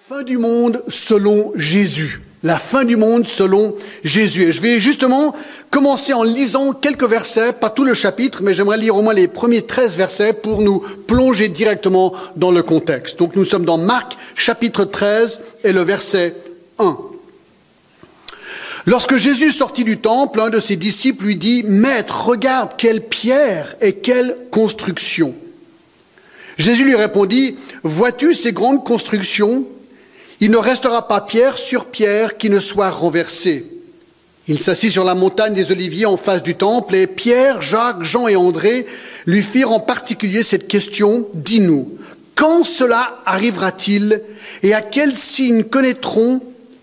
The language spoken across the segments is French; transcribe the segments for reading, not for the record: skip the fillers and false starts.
Fin du monde selon Jésus. La fin du monde selon Jésus. Et je vais justement commencer en lisant quelques versets, pas tout le chapitre, mais j'aimerais lire au moins les premiers 13 versets pour nous plonger directement dans le contexte. Donc nous sommes dans Marc chapitre 13 et le verset 1. Lorsque Jésus sortit du temple, un de ses disciples lui dit « Maître, regarde quelle pierre et quelle construction !» Jésus lui répondit « Vois-tu ces grandes constructions ? Il ne restera pas pierre sur pierre qui ne soit renversée. » Il s'assit sur la montagne des Oliviers en face du temple et Pierre, Jacques, Jean et André lui firent en particulier cette question « Dis-nous, quand cela arrivera-t-il et à quel signe connaîtra-t-on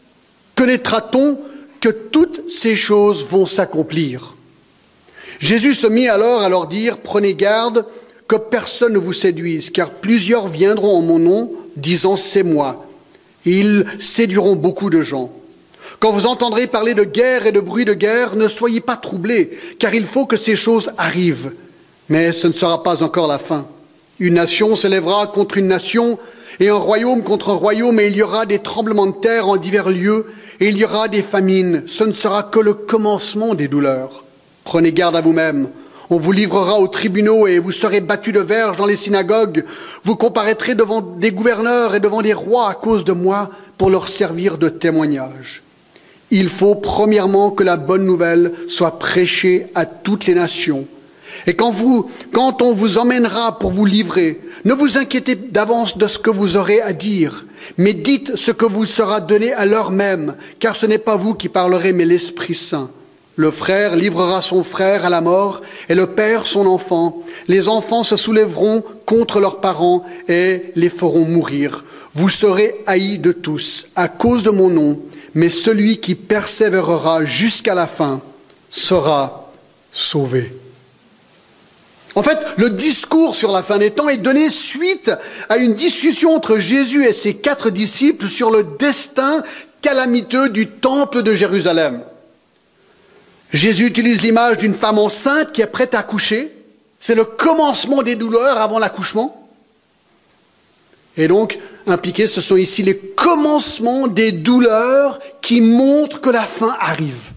que toutes ces choses vont s'accomplir ?» Jésus se mit alors à leur dire « Prenez garde que personne ne vous séduise, car plusieurs viendront en mon nom, disant « C'est moi ». Ils séduiront beaucoup de gens. Quand vous entendrez parler de guerre et de bruit de guerre, ne soyez pas troublés, car il faut que ces choses arrivent. Mais ce ne sera pas encore la fin. Une nation s'élèvera contre une nation, et un royaume contre un royaume, et il y aura des tremblements de terre en divers lieux, et il y aura des famines. Ce ne sera que le commencement des douleurs. Prenez garde à vous-même. On vous livrera aux tribunaux et vous serez battus de verge dans les synagogues. Vous comparaîtrez devant des gouverneurs et devant des rois à cause de moi pour leur servir de témoignage. Il faut premièrement que la bonne nouvelle soit prêchée à toutes les nations. Et quand on vous emmènera pour vous livrer, ne vous inquiétez d'avance de ce que vous aurez à dire, mais dites ce que vous sera donné à l'heure même, car ce n'est pas vous qui parlerez, mais l'Esprit Saint. Le frère livrera son frère à la mort et le père son enfant. Les enfants se soulèveront contre leurs parents et les feront mourir. Vous serez haïs de tous à cause de mon nom, mais celui qui persévérera jusqu'à la fin sera sauvé. En fait, le discours sur la fin des temps est donné suite à une discussion entre Jésus et ses 4 disciples sur le destin calamiteux du temple de Jérusalem. Jésus utilise l'image d'une femme enceinte qui est prête à accoucher. C'est le commencement des douleurs avant l'accouchement. Et donc, impliqués, ce sont ici les commencements des douleurs qui montrent que la fin arrive.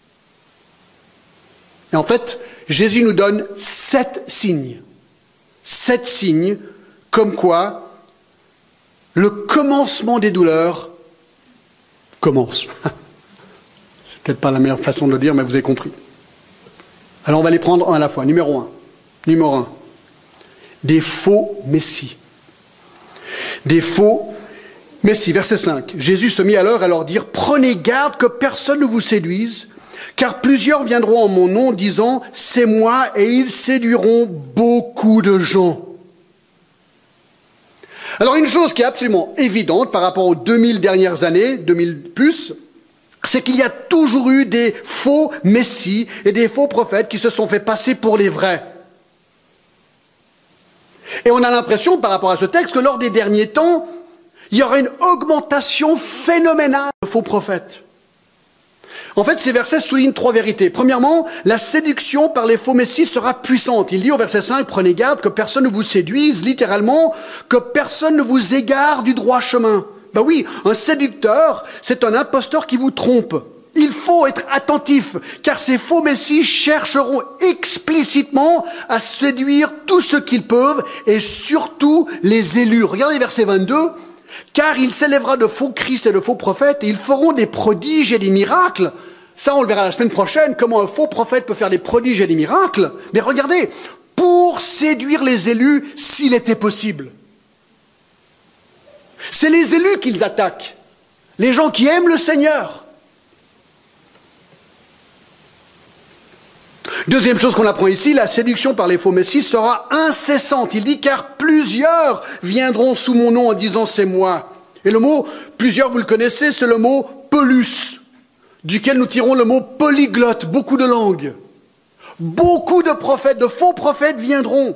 Et en fait, Jésus nous donne 7 signes. 7 signes comme quoi le commencement des douleurs commence. C'est peut-être pas la meilleure façon de le dire, mais vous avez compris. Alors on va les prendre un à la fois. Numéro 1. Des faux messies. Des faux messie. Verset 5. Jésus se mit alors à leur dire « Prenez garde que personne ne vous séduise, car plusieurs viendront en mon nom disant « C'est moi » et ils séduiront beaucoup de gens. » Alors une chose qui est absolument évidente par rapport aux 2000 dernières années, 2000 plus, c'est qu'il y a toujours eu des faux messies et des faux prophètes qui se sont fait passer pour les vrais. Et on a l'impression, par rapport à ce texte, que lors des derniers temps, il y aura une augmentation phénoménale de faux prophètes. En fait, ces versets soulignent 3 vérités. Premièrement, la séduction par les faux messies sera puissante. Il dit au verset 5, « Prenez garde que personne ne vous séduise », littéralement, que personne ne vous égare du droit chemin. Ben oui, un séducteur, c'est un imposteur qui vous trompe. Il faut être attentif, car ces faux messies chercheront explicitement à séduire tous ceux qu'ils peuvent, et surtout les élus. Regardez verset 22, « Car il s'élèvera de faux Christ et de faux prophètes, et ils feront des prodiges et des miracles. » Ça, on le verra la semaine prochaine, comment un faux prophète peut faire des prodiges et des miracles. Mais regardez, pour séduire les élus, s'il était possible. C'est les élus qu'ils attaquent, les gens qui aiment le Seigneur. Deuxième chose qu'on apprend ici, la séduction par les faux messies sera incessante. Il dit « Car plusieurs viendront sous mon nom en disant « C'est moi ». Et le mot « plusieurs », vous le connaissez, c'est le mot « pelus », duquel nous tirons le mot « polyglotte », beaucoup de langues. Beaucoup de prophètes, de faux prophètes viendront.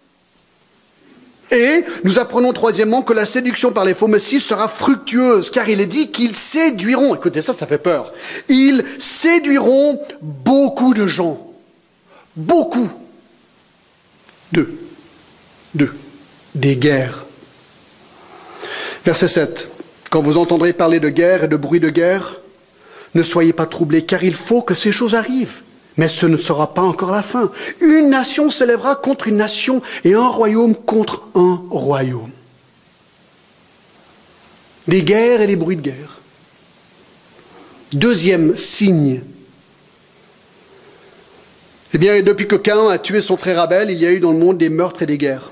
Et nous apprenons troisièmement que la séduction par les faux messies sera fructueuse, car il est dit qu'ils séduiront, écoutez ça fait peur, ils séduiront beaucoup de gens. Beaucoup. Des guerres. Verset 7. Quand vous entendrez parler de guerre et de bruit de guerre, ne soyez pas troublés, car il faut que ces choses arrivent. Mais ce ne sera pas encore la fin. Une nation s'élèvera contre une nation et un royaume contre un royaume. Des guerres et des bruits de guerre. Deuxième signe. Eh bien, depuis que Caïn a tué son frère Abel, il y a eu dans le monde des meurtres et des guerres.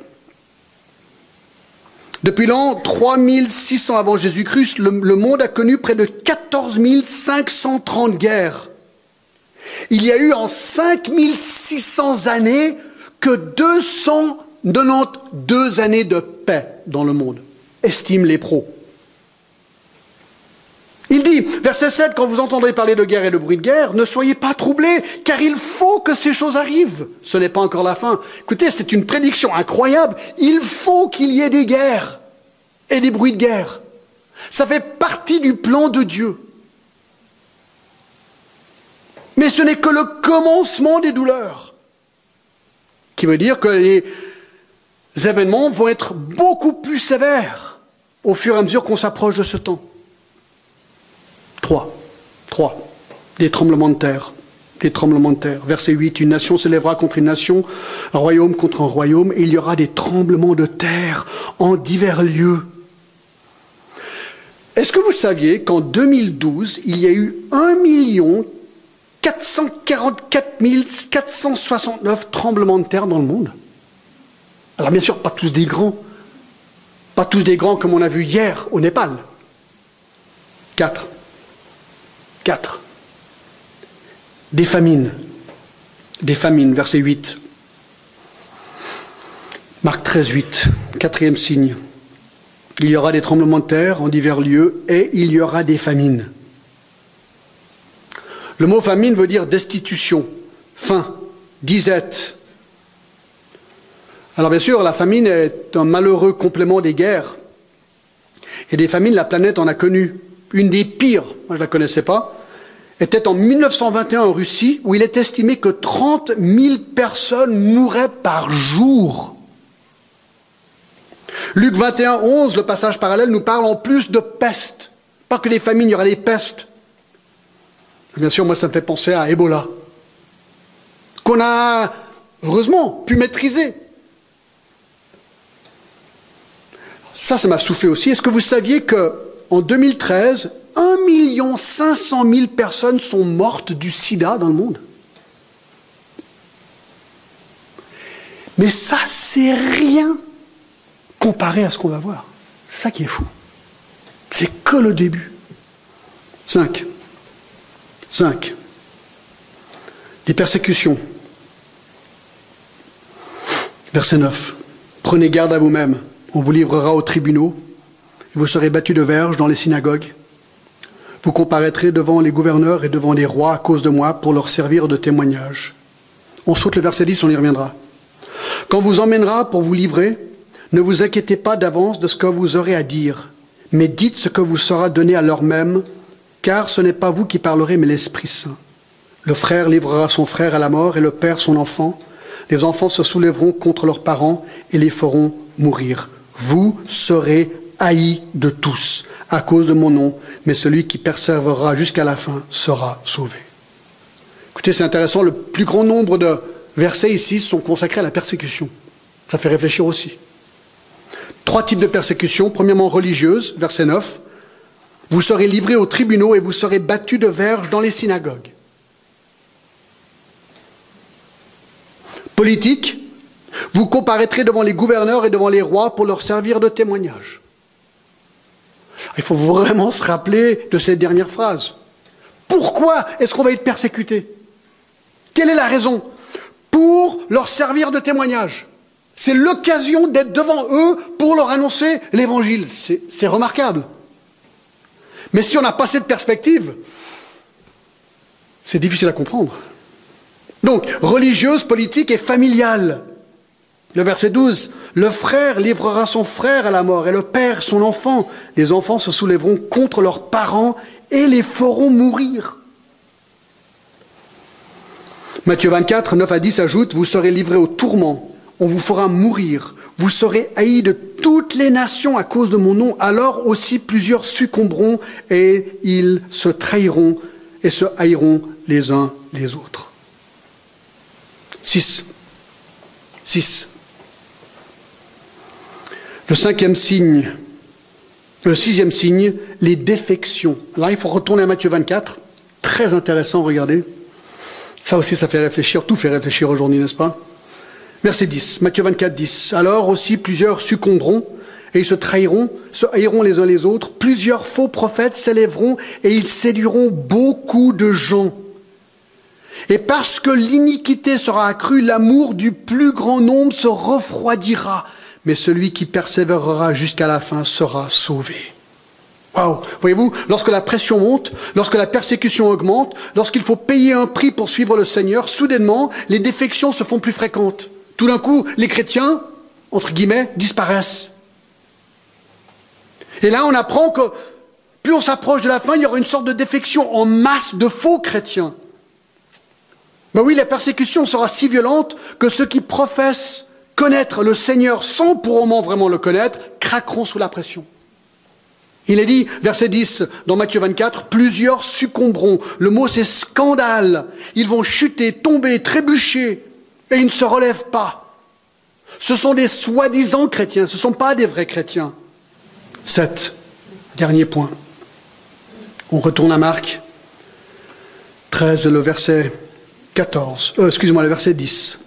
Depuis l'an 3600 avant Jésus-Christ, le monde a connu près de 14 530 guerres. Il y a eu en 5600 années que 292 années de paix dans le monde, estiment les pros. Il dit, verset 7, quand vous entendrez parler de guerre et de bruit de guerre, ne soyez pas troublés, car il faut que ces choses arrivent. Ce n'est pas encore la fin. Écoutez, c'est une prédiction incroyable. Il faut qu'il y ait des guerres et des bruits de guerre. Ça fait partie du plan de Dieu. Mais ce n'est que le commencement des douleurs. Qui veut dire que les événements vont être beaucoup plus sévères au fur et à mesure qu'on s'approche de ce temps. 3. Des tremblements de terre. Des tremblements de terre. Verset 8, une nation s'élèvera contre une nation, un royaume contre un royaume, et il y aura des tremblements de terre en divers lieux. Est-ce que vous saviez qu'en 2012, il y a eu 1 444 469 tremblements de terre dans le monde? Alors bien sûr, pas tous des grands. Pas tous des grands comme on a vu hier au Népal. 4. Des famines, verset 8. Marc 13, 8, quatrième signe. Il y aura des tremblements de terre en divers lieux et il y aura des famines. Le mot famine veut dire destitution, faim, disette. Alors bien sûr, la famine est un malheureux complément des guerres. Et des famines, la planète en a connu. Une des pires, moi je ne la connaissais pas, était en 1921 en Russie, où il est estimé que 30 000 personnes mouraient par jour. Luc 21, 11, le passage parallèle, nous parle en plus de peste. Pas que des famines, il y aura des pestes. Et bien sûr, moi, ça me fait penser à Ebola, qu'on a, heureusement, pu maîtriser. Ça m'a soufflé aussi. Est-ce que vous saviez qu'en 2013, 1 500 000 personnes sont mortes du sida dans le monde? Mais ça, c'est rien comparé à ce qu'on va voir. C'est ça qui est fou. C'est que le début. 5. Des persécutions. Verset 9. Prenez garde à vous-même. On vous livrera aux tribunaux. Et vous serez battus de verges dans les synagogues. Vous comparaîtrez devant les gouverneurs et devant les rois à cause de moi pour leur servir de témoignage. On saute le verset 10, on y reviendra. Quand vous emmènera pour vous livrer, ne vous inquiétez pas d'avance de ce que vous aurez à dire, mais dites ce que vous sera donné à l'heure même, car ce n'est pas vous qui parlerez, mais l'Esprit Saint. Le frère livrera son frère à la mort et le père son enfant. Les enfants se soulèveront contre leurs parents et les feront mourir. Vous serez haïs de tous à cause de mon nom, mais celui qui persévérera jusqu'à la fin sera sauvé. Écoutez, c'est intéressant, le plus grand nombre de versets ici sont consacrés à la persécution. Ça fait réfléchir aussi. 3 types de persécutions. Premièrement, religieuse, verset 9. Vous serez livrés aux tribunaux et vous serez battus de verges dans les synagogues. Politique, vous comparaîtrez devant les gouverneurs et devant les rois pour leur servir de témoignage. Il faut vraiment se rappeler de cette dernière phrase. Pourquoi est-ce qu'on va être persécuté? Quelle est la raison? Pour leur servir de témoignage. C'est l'occasion d'être devant eux pour leur annoncer l'évangile. C'est remarquable. Mais si on n'a pas cette perspective, c'est difficile à comprendre. Donc, religieuse, politique et familiale. Le verset 12, le frère livrera son frère à la mort et le père son enfant. Les enfants se soulèveront contre leurs parents et les feront mourir. Matthieu 24, 9 à 10 ajoute, vous serez livrés au tourment, on vous fera mourir, Vous serez haïs de toutes les nations à cause de mon nom, alors aussi plusieurs succomberont et ils se trahiront et se haïront les uns les autres. 6. Le sixième signe, les défections. Là, il faut retourner à Matthieu 24. Très intéressant, regardez. Ça aussi, ça fait réfléchir. Tout fait réfléchir aujourd'hui, n'est-ce pas? Verset 10, Matthieu 24, 10. Alors aussi plusieurs succomberont et ils se trahiront, se haïront les uns les autres. Plusieurs faux prophètes s'élèveront et ils séduiront beaucoup de gens. Et parce que l'iniquité sera accrue, l'amour du plus grand nombre se refroidira. Mais celui qui persévérera jusqu'à la fin sera sauvé. Waouh! Voyez-vous, lorsque la pression monte, lorsque la persécution augmente, lorsqu'il faut payer un prix pour suivre le Seigneur, soudainement, les défections se font plus fréquentes. Tout d'un coup, les chrétiens, entre guillemets, disparaissent. Et là, on apprend que plus on s'approche de la fin, il y aura une sorte de défection en masse de faux chrétiens. Ben oui, la persécution sera si violente que ceux qui professent connaître le Seigneur sans pour un moment vraiment le connaître, craqueront sous la pression. Il est dit, verset 10, dans Matthieu 24, plusieurs succomberont. Le mot c'est scandale. Ils vont chuter, tomber, trébucher, et ils ne se relèvent pas. Ce sont des soi-disant chrétiens, ce ne sont pas des vrais chrétiens. 7, dernier point. On retourne à Marc 13, le verset 14. Le verset 10.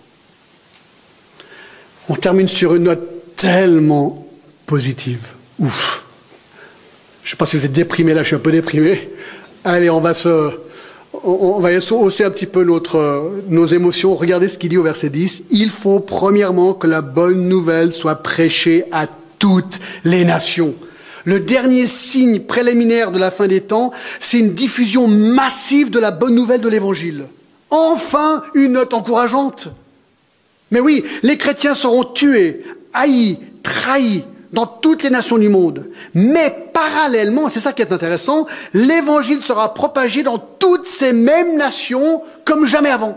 On termine sur une note tellement positive. Ouf. Je ne sais pas si vous êtes déprimé là, je suis un peu déprimé. Allez, on va hausser un petit peu nos émotions. Regardez ce qu'il dit au verset 10. Il faut premièrement que la bonne nouvelle soit prêchée à toutes les nations. Le dernier signe préliminaire de la fin des temps, c'est une diffusion massive de la bonne nouvelle de l'Évangile. Enfin, une note encourageante. Mais oui, les chrétiens seront tués, haïs, trahis dans toutes les nations du monde. Mais parallèlement, c'est ça qui est intéressant, l'Évangile sera propagé dans toutes ces mêmes nations comme jamais avant.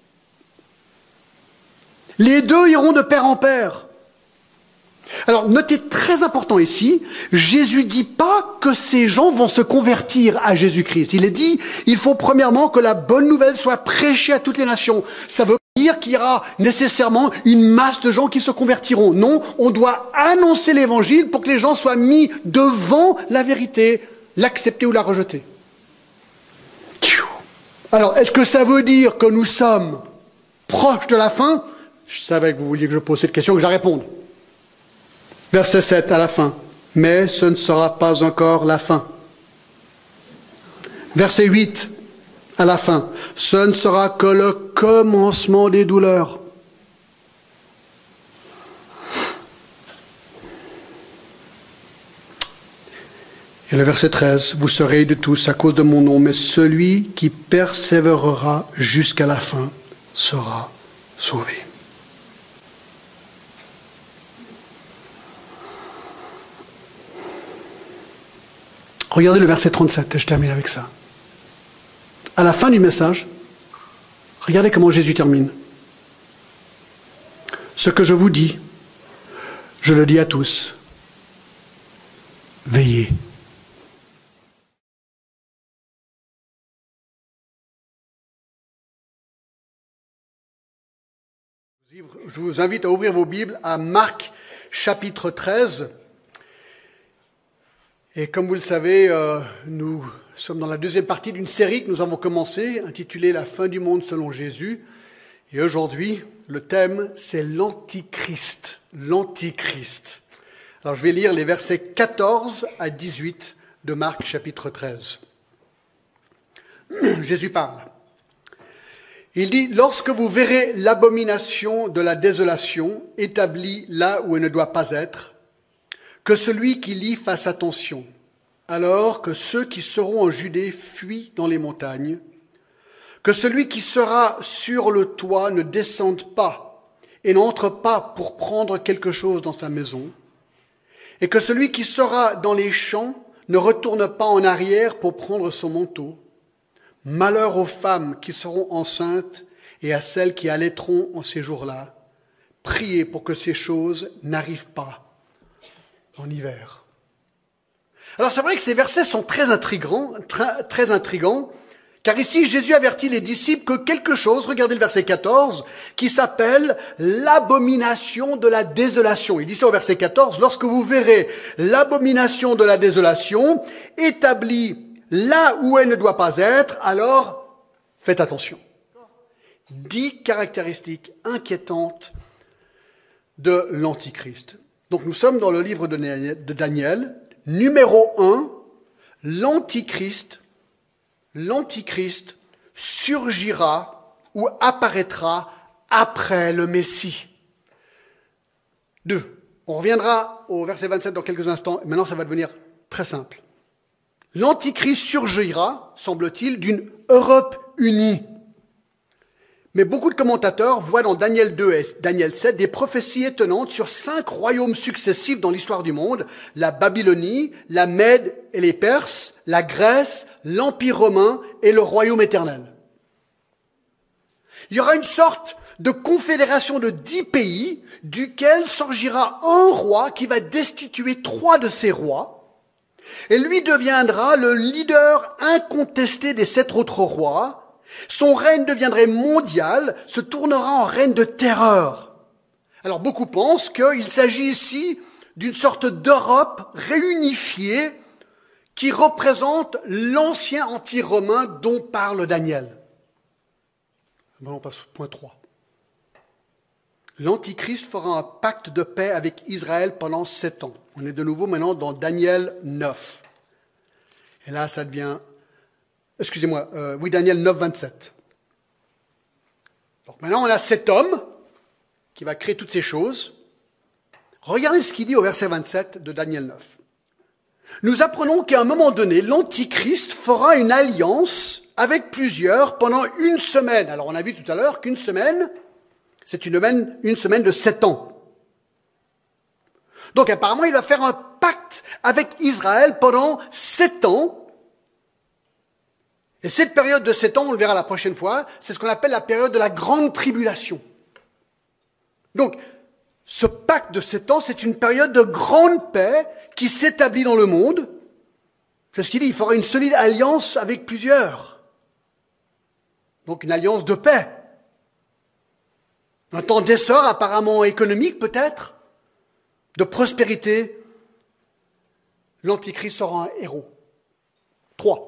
Les deux iront de pair en pair. Alors, notez très important ici, Jésus dit pas que ces gens vont se convertir à Jésus-Christ. Il est dit, il faut premièrement que la bonne nouvelle soit prêchée à toutes les nations. Ça veut dire qu'il y aura nécessairement une masse de gens qui se convertiront. Non, on doit annoncer l'évangile pour que les gens soient mis devant la vérité, l'accepter ou la rejeter. Alors, est-ce que ça veut dire que nous sommes proches de la fin? Je savais que vous vouliez que je pose cette question, que je la réponde. Verset 7 à la fin. Mais ce ne sera pas encore la fin. Verset 8 à la fin. Ce ne sera que le commencement des douleurs. Et le verset 13. Vous serez de tous à cause de mon nom, mais celui qui persévérera jusqu'à la fin sera sauvé. Regardez le verset 37, et je termine avec ça. À la fin du message, regardez comment Jésus termine. Ce que je vous dis, je le dis à tous. Veillez. Je vous invite à ouvrir vos Bibles à Marc chapitre 13. Et comme vous le savez, nous sommes dans la deuxième partie d'une série que nous avons commencée, intitulée « La fin du monde selon Jésus ». Et aujourd'hui, le thème, c'est l'Antichrist. L'Antichrist. Alors je vais lire les versets 14 à 18 de Marc chapitre 13. Jésus parle. Il dit « Lorsque vous verrez l'abomination de la désolation établie là où elle ne doit pas être, que celui qui lit fasse attention, alors que ceux qui seront en Judée fuient dans les montagnes, que celui qui sera sur le toit ne descende pas et n'entre pas pour prendre quelque chose dans sa maison, et que celui qui sera dans les champs ne retourne pas en arrière pour prendre son manteau. Malheur aux femmes qui seront enceintes et à celles qui allaiteront en ces jours-là, priez pour que ces choses n'arrivent pas en hiver. Alors c'est vrai que ces versets sont très intrigants, car ici Jésus avertit les disciples que quelque chose, regardez le verset 14, qui s'appelle l'abomination de la désolation. Il dit ça au verset 14, lorsque vous verrez l'abomination de la désolation établie là où elle ne doit pas être, alors faites attention. 10 caractéristiques inquiétantes de l'Antichrist. Donc nous sommes dans le livre de Daniel. Numéro 1, l'Antichrist surgira ou apparaîtra après le Messie. 2. On reviendra au verset 27 dans quelques instants. Maintenant, ça va devenir très simple. L'Antichrist surgira, semble-t-il, d'une Europe unie. Mais beaucoup de commentateurs voient dans Daniel 2 et Daniel 7 des prophéties étonnantes sur 5 royaumes successifs dans l'histoire du monde, la Babylonie, la Mède et les Perses, la Grèce, l'Empire romain et le royaume éternel. Il y aura une sorte de confédération de 10 pays, duquel surgira un roi qui va destituer 3 de ces rois, et lui deviendra le leader incontesté des 7 autres rois. Son règne deviendrait mondial, se tournera en règne de terreur. Alors beaucoup pensent qu'il s'agit ici d'une sorte d'Europe réunifiée qui représente l'ancien empire romain dont parle Daniel. Bon, on passe au point 3. L'Antichrist fera un pacte de paix avec Israël pendant 7 ans. On est de nouveau maintenant dans Daniel 9. Et là, ça devient... Daniel 9, 27. Donc maintenant, on a cet homme qui va créer toutes ces choses. Regardez ce qu'il dit au verset 27 de Daniel 9. Nous apprenons qu'à un moment donné, l'Antichrist fera une alliance avec plusieurs pendant 1 semaine. Alors, on a vu tout à l'heure qu'une semaine, c'est une semaine de 7 ans. Donc, apparemment, il va faire un pacte avec Israël pendant 7 ans. Et cette période de 7 ans, on le verra la prochaine fois, c'est ce qu'on appelle la période de la grande tribulation. Donc, ce pacte de 7 ans, c'est une période de grande paix qui s'établit dans le monde. C'est ce qu'il dit, il fera une solide alliance avec plusieurs. Donc, une alliance de paix. Un temps d'essor apparemment économique peut-être, de prospérité. L'Antichrist sera un héros. 3.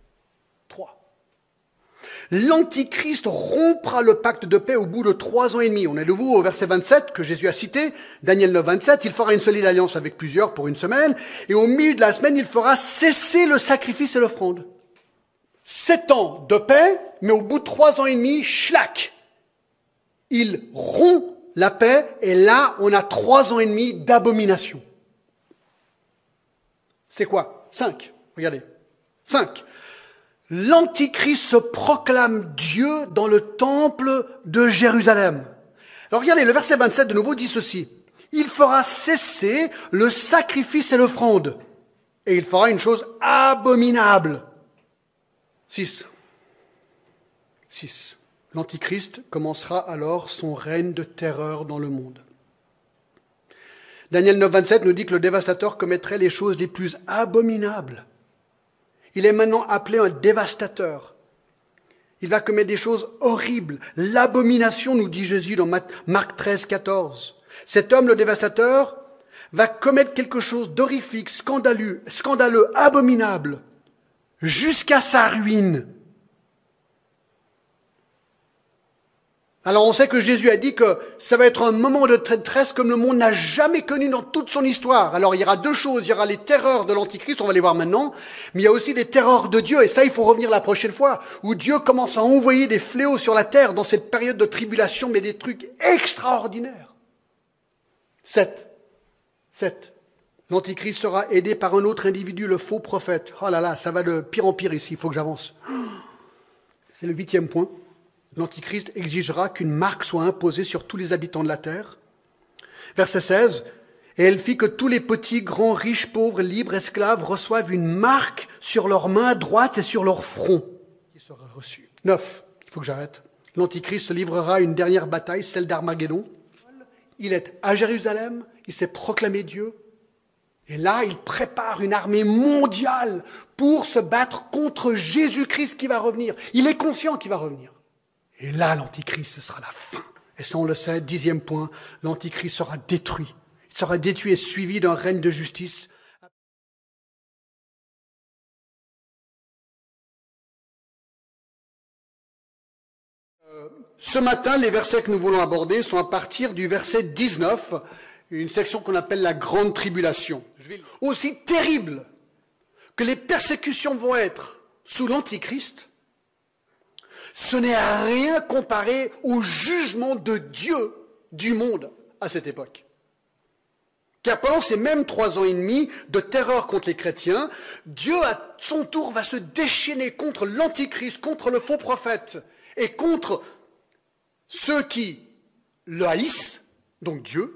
L'Antichrist rompra le pacte de paix au bout de 3 ans et demi. On est de nouveau au verset 27 que Jésus a cité, Daniel 9, 27. Il fera une solide alliance avec plusieurs pour 1 semaine. Et au milieu de la semaine, il fera cesser le sacrifice et l'offrande. 7 ans de paix, mais au bout de 3 ans et demi, schlac, il rompt la paix. Et là, on a 3 ans et demi d'abomination. C'est quoi? 5. Regardez. 5. L'Antichrist se proclame Dieu dans le temple de Jérusalem. Alors regardez, le verset 27 de nouveau dit ceci. Il fera cesser le sacrifice et l'offrande. Et il fera une chose abominable. 6. L'Antichrist commencera alors son règne de terreur dans le monde. Daniel 9, 27 nous dit que le dévastateur commettrait les choses les plus abominables. Il est maintenant appelé un dévastateur. Il va commettre des choses horribles. L'abomination, nous dit Jésus dans Marc 13, 14. Cet homme, le dévastateur, va commettre quelque chose d'horrifique, scandaleux, abominable, jusqu'à sa ruine. Alors on sait que Jésus a dit que ça va être un moment de détresse comme le monde n'a jamais connu dans toute son histoire. Alors il y aura 2 choses, il y aura les terreurs de l'Antichrist, on va les voir maintenant, mais il y a aussi les terreurs de Dieu, et ça il faut revenir la prochaine fois, où Dieu commence à envoyer des fléaux sur la terre dans cette période de tribulation, mais des trucs extraordinaires. 7. L'Antichrist sera aidé par un autre individu, le faux prophète. Oh là là, ça va de pire en pire ici, il faut que j'avance. C'est le 8e point. L'Antichrist exigera qu'une marque soit imposée sur tous les habitants de la terre. Verset 16. Et elle fit que tous les petits, grands, riches, pauvres, libres, esclaves reçoivent une marque sur leur main droite et sur leur front qui sera reçue. 9. Il faut que j'arrête. L'Antichrist se livrera à une dernière bataille, celle d'Armageddon. il est à Jérusalem, il s'est proclamé Dieu. Et là, il prépare une armée mondiale pour se battre contre Jésus-Christ qui va revenir. Il est conscient qu'il va revenir. Et là, l'Antichrist, ce sera la fin. Et ça, on le sait, 10e point, l'Antichrist sera détruit. Il sera détruit et suivi d'un règne de justice. Ce matin, les versets que nous voulons aborder sont à partir du verset 19, une section qu'on appelle la grande tribulation. Aussi terrible que les persécutions vont être sous l'Antichrist, ce n'est à rien comparé au jugement de Dieu du monde à cette époque. Car pendant ces mêmes 3 ans et demi de terreur contre les chrétiens, Dieu à son tour va se déchaîner contre l'Antichrist, contre le faux prophète et contre ceux qui le haïssent, donc Dieu,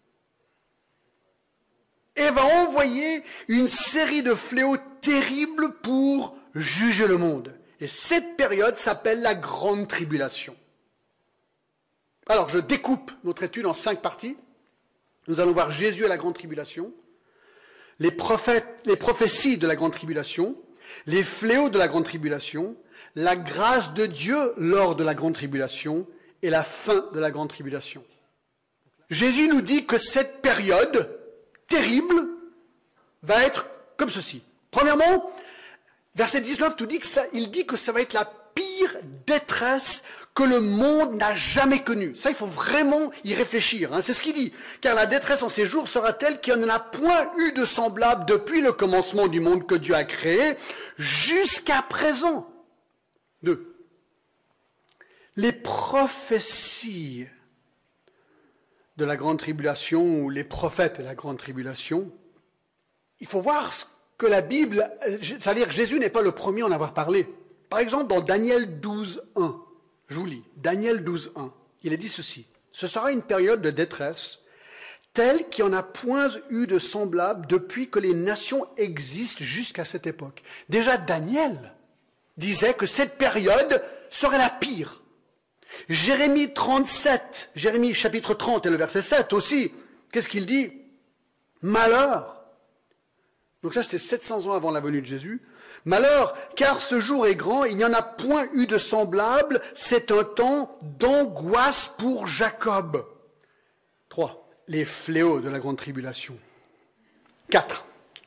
et va envoyer une série de fléaux terribles pour juger le monde. Et cette période s'appelle la grande tribulation. Alors, je découpe notre étude en 5 parties. Nous allons voir Jésus à la grande tribulation, les prophéties de la grande tribulation, les fléaux de la grande tribulation, la grâce de Dieu lors de la grande tribulation et la fin de la grande tribulation. Jésus nous dit que cette période terrible va être comme ceci. Premièrement, verset 19, il dit que ça va être la pire détresse que le monde n'a jamais connue. Ça, il faut vraiment y réfléchir. C'est ce qu'il dit. Car la détresse en ces jours sera telle qu'il n'y en a point eu de semblable depuis le commencement du monde que Dieu a créé jusqu'à présent. 2. Les prophéties de la grande tribulation ou les prophètes de la grande tribulation, il faut voir ce que la Bible, c'est-à-dire que Jésus n'est pas le premier à en avoir parlé. Par exemple, dans Daniel 12.1, je vous lis, Daniel 12.1, il est dit ceci, « Ce sera une période de détresse telle qu'il n'y en a point eu de semblable depuis que les nations existent jusqu'à cette époque. » Déjà, Daniel disait que cette période serait la pire. Jérémie 37, Jérémie chapitre 30 et le verset 7 aussi, qu'est-ce qu'il dit? Malheur. Donc ça, c'était 700 ans avant la venue de Jésus. Malheur, car ce jour est grand, il n'y en a point eu de semblable, c'est un temps d'angoisse pour Jacob. 3. Les fléaux de la grande tribulation. 4.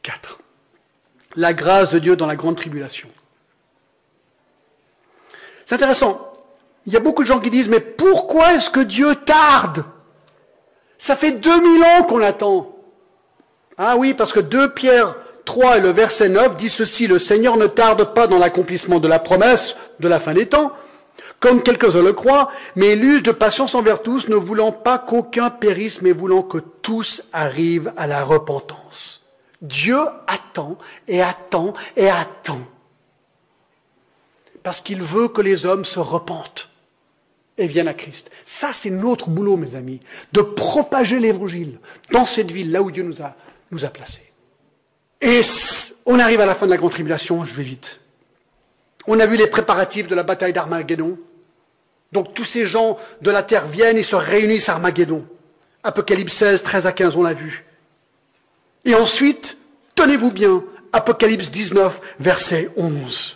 La grâce de Dieu dans la grande tribulation. C'est intéressant. Il y a beaucoup de gens qui disent, mais pourquoi est-ce que Dieu tarde? Ça fait 2000 ans qu'on attend. Ah oui, parce que 2 Pierre 3 et le verset 9 dit ceci, « Le Seigneur ne tarde pas dans l'accomplissement de la promesse de la fin des temps, comme quelques-uns le croient, mais il use de patience envers tous, ne voulant pas qu'aucun périsse, mais voulant que tous arrivent à la repentance. » Dieu attend et attend et attend. Parce qu'il veut que les hommes se repentent et viennent à Christ. Ça, c'est notre boulot, mes amis, de propager l'évangile dans cette ville, là où Dieu nous a placés. Et on arrive à la fin de la grande tribulation, je vais vite. On a vu les préparatifs de la bataille d'Armageddon. Donc tous ces gens de la terre viennent et se réunissent à Armageddon. Apocalypse 16, 13 à 15, on l'a vu. Et ensuite, tenez-vous bien, Apocalypse 19, verset 11.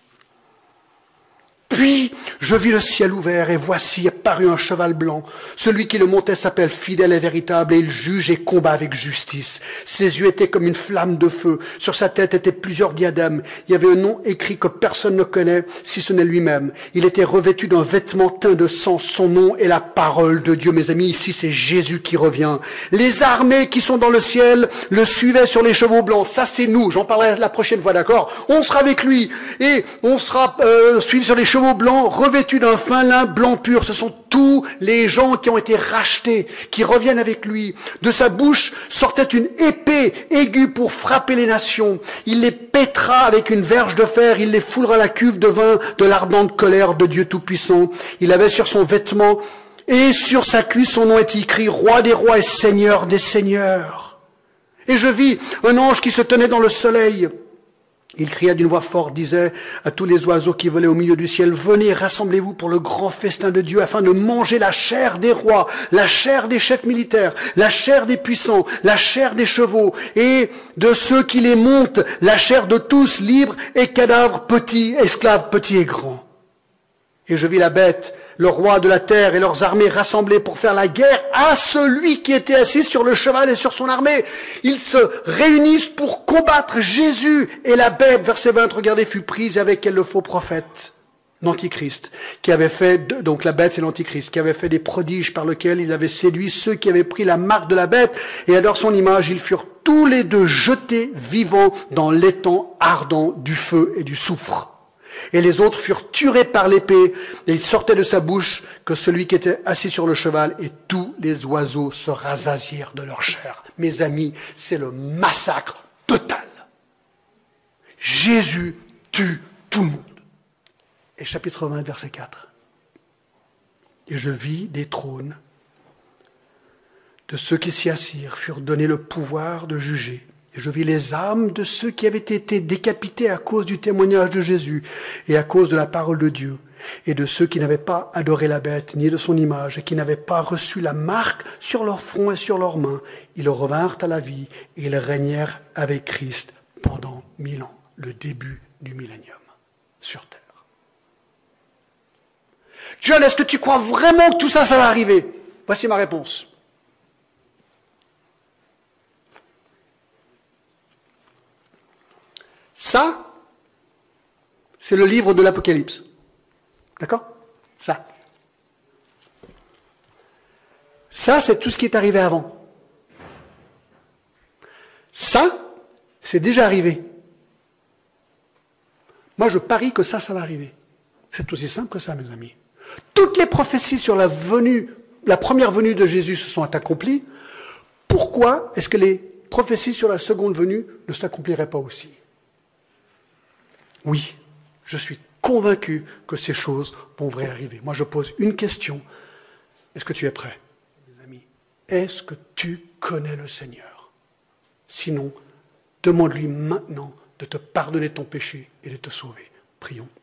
Puis, je vis le ciel ouvert, et voici apparut un cheval blanc. Celui qui le montait s'appelle fidèle et véritable, et il juge et combat avec justice. Ses yeux étaient comme une flamme de feu. Sur sa tête étaient plusieurs diadèmes. Il y avait un nom écrit que personne ne connaît, si ce n'est lui-même. Il était revêtu d'un vêtement teint de sang. Son nom est la parole de Dieu. Mes amis, ici, c'est Jésus qui revient. Les armées qui sont dans le ciel le suivaient sur les chevaux blancs. Ça, c'est nous. J'en parlerai la prochaine fois, d'accord? On sera avec lui, et on sera suivi sur les chevaux blanc, revêtu d'un fin lin blanc pur. Ce sont tous les gens qui ont été rachetés, qui reviennent avec lui. De sa bouche sortait une épée aiguë pour frapper les nations. Il les pètera avec une verge de fer, il les foulera la cuve de vin de l'ardente colère de Dieu Tout-Puissant. Il avait sur son vêtement et sur sa cuisse son nom est écrit, Roi des rois et Seigneur des seigneurs. Et je vis un ange qui se tenait dans le soleil. Il cria d'une voix forte, disait à tous les oiseaux qui volaient au milieu du ciel, venez, rassemblez-vous pour le grand festin de Dieu afin de manger la chair des rois, la chair des chefs militaires, la chair des puissants, la chair des chevaux et de ceux qui les montent, la chair de tous, libres et cadavres, petits, esclaves, petits et grands. Et je vis la bête, le roi de la terre et leurs armées rassemblées pour faire la guerre à celui qui était assis sur le cheval et sur son armée. Ils se réunissent pour combattre Jésus et la bête, verset 20, regardez, fut prise avec elle le faux prophète, l'antichrist, qui avait fait, donc la bête c'est l'antichrist, qui avait fait des prodiges par lesquels il avait séduit ceux qui avaient pris la marque de la bête et adorent son image. Ils furent tous les deux jetés vivants dans l'étang ardent du feu et du soufre. Et les autres furent tués par l'épée, et il sortait de sa bouche que celui qui était assis sur le cheval, et tous les oiseaux se rassasièrent de leur chair. Mes amis, c'est le massacre total. Jésus tue tout le monde. Et chapitre 20, verset 4. Et je vis des trônes de ceux qui s'y assirent, furent donnés le pouvoir de juger. Et je vis les âmes de ceux qui avaient été décapités à cause du témoignage de Jésus et à cause de la parole de Dieu, et de ceux qui n'avaient pas adoré la bête ni de son image et qui n'avaient pas reçu la marque sur leur front et sur leurs mains. Ils revinrent à la vie et ils régnèrent avec Christ pendant 1000 ans, le début du millénium sur terre. John, est-ce que tu crois vraiment que tout ça, ça va arriver? Voici ma réponse. Ça, c'est le livre de l'Apocalypse. D'accord? Ça. Ça, c'est tout ce qui est arrivé avant. Ça, c'est déjà arrivé. Moi, je parie que ça va arriver. C'est aussi simple que ça, mes amis. Toutes les prophéties sur la première venue de Jésus se sont accomplies. Pourquoi est-ce que les prophéties sur la seconde venue ne s'accompliraient pas aussi? Oui, je suis convaincu que ces choses vont vraiment arriver. Moi, je pose une question. Est-ce que tu es prêt, mes amis? Est-ce que tu connais le Seigneur? Sinon, demande-lui maintenant de te pardonner ton péché et de te sauver. Prions.